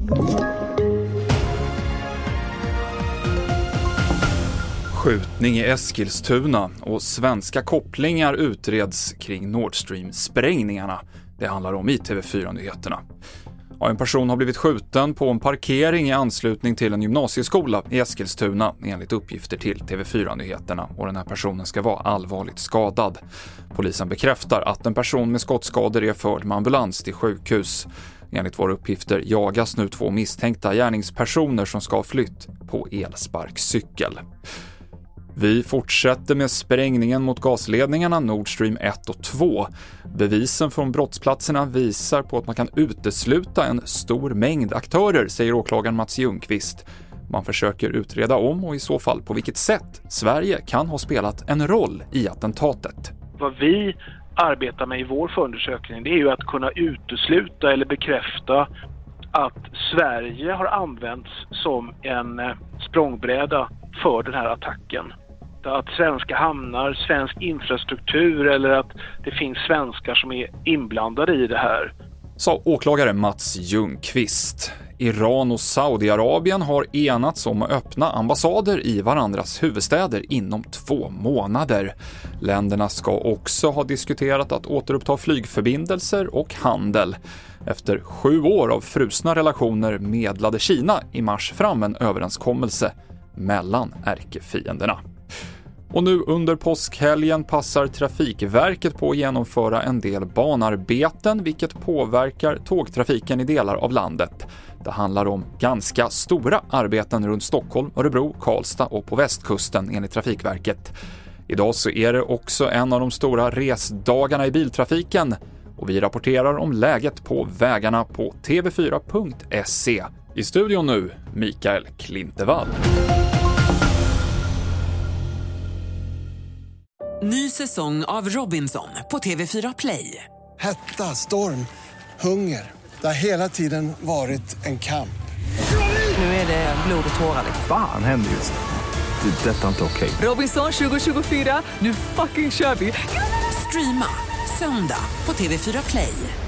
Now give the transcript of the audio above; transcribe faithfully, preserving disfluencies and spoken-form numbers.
Skjutning i Eskilstuna och svenska kopplingar utreds kring Nord Stream-sprängningarna. Det handlar om i T V fyra-nyheterna. Ja, en person har blivit skjuten på en parkering i anslutning till en gymnasieskola i Eskilstuna enligt uppgifter till T V fyra-nyheterna, och den här personen ska vara allvarligt skadad. Polisen bekräftar att en person med skottskador är förd med ambulans till sjukhus. Enligt våra uppgifter jagas nu två misstänkta gärningspersoner som ska ha flytt på elsparkcykel. Vi fortsätter med sprängningen mot gasledningarna Nord Stream ett och två. Bevisen från brottsplatserna visar på att man kan utesluta en stor mängd aktörer, säger åklagaren Mats Ljungqvist. Man försöker utreda om och i så fall på vilket sätt Sverige kan ha spelat en roll i attentatet. Vad vi arbetar med i vår förundersökning, det är ju att kunna utesluta eller bekräfta att Sverige har använts som en språngbräda för den här attacken. Att svenska hamnar, svensk infrastruktur eller att det finns svenskar som är inblandade i det här. Sa åklagare Mats Ljungqvist. Iran och Saudiarabien har enats om att öppna ambassader i varandras huvudstäder inom två månader. Länderna ska också ha diskuterat att återuppta flygförbindelser och handel. Efter sju år av frusna relationer medlade Kina i mars fram en överenskommelse mellan ärkefienderna. Och nu under påskhelgen passar Trafikverket på att genomföra en del banarbeten, vilket påverkar tågtrafiken i delar av landet. Det handlar om ganska stora arbeten runt Stockholm, Örebro, Karlstad och på västkusten enligt Trafikverket. Idag så är det också en av de stora resdagarna i biltrafiken, och vi rapporterar om läget på vägarna på t v fyra punkt se. I studion nu, Mikael Klintevall. Ny säsong av Robinson på T V fyra Play. Hetta, storm, hunger. Det har hela tiden varit en kamp. Nu är det blod och tårar. Fan händer just det. Det är detta inte okej. Robinson tjugo tjugofyra, nu fucking kör vi. Streama söndag på T V fyra Play.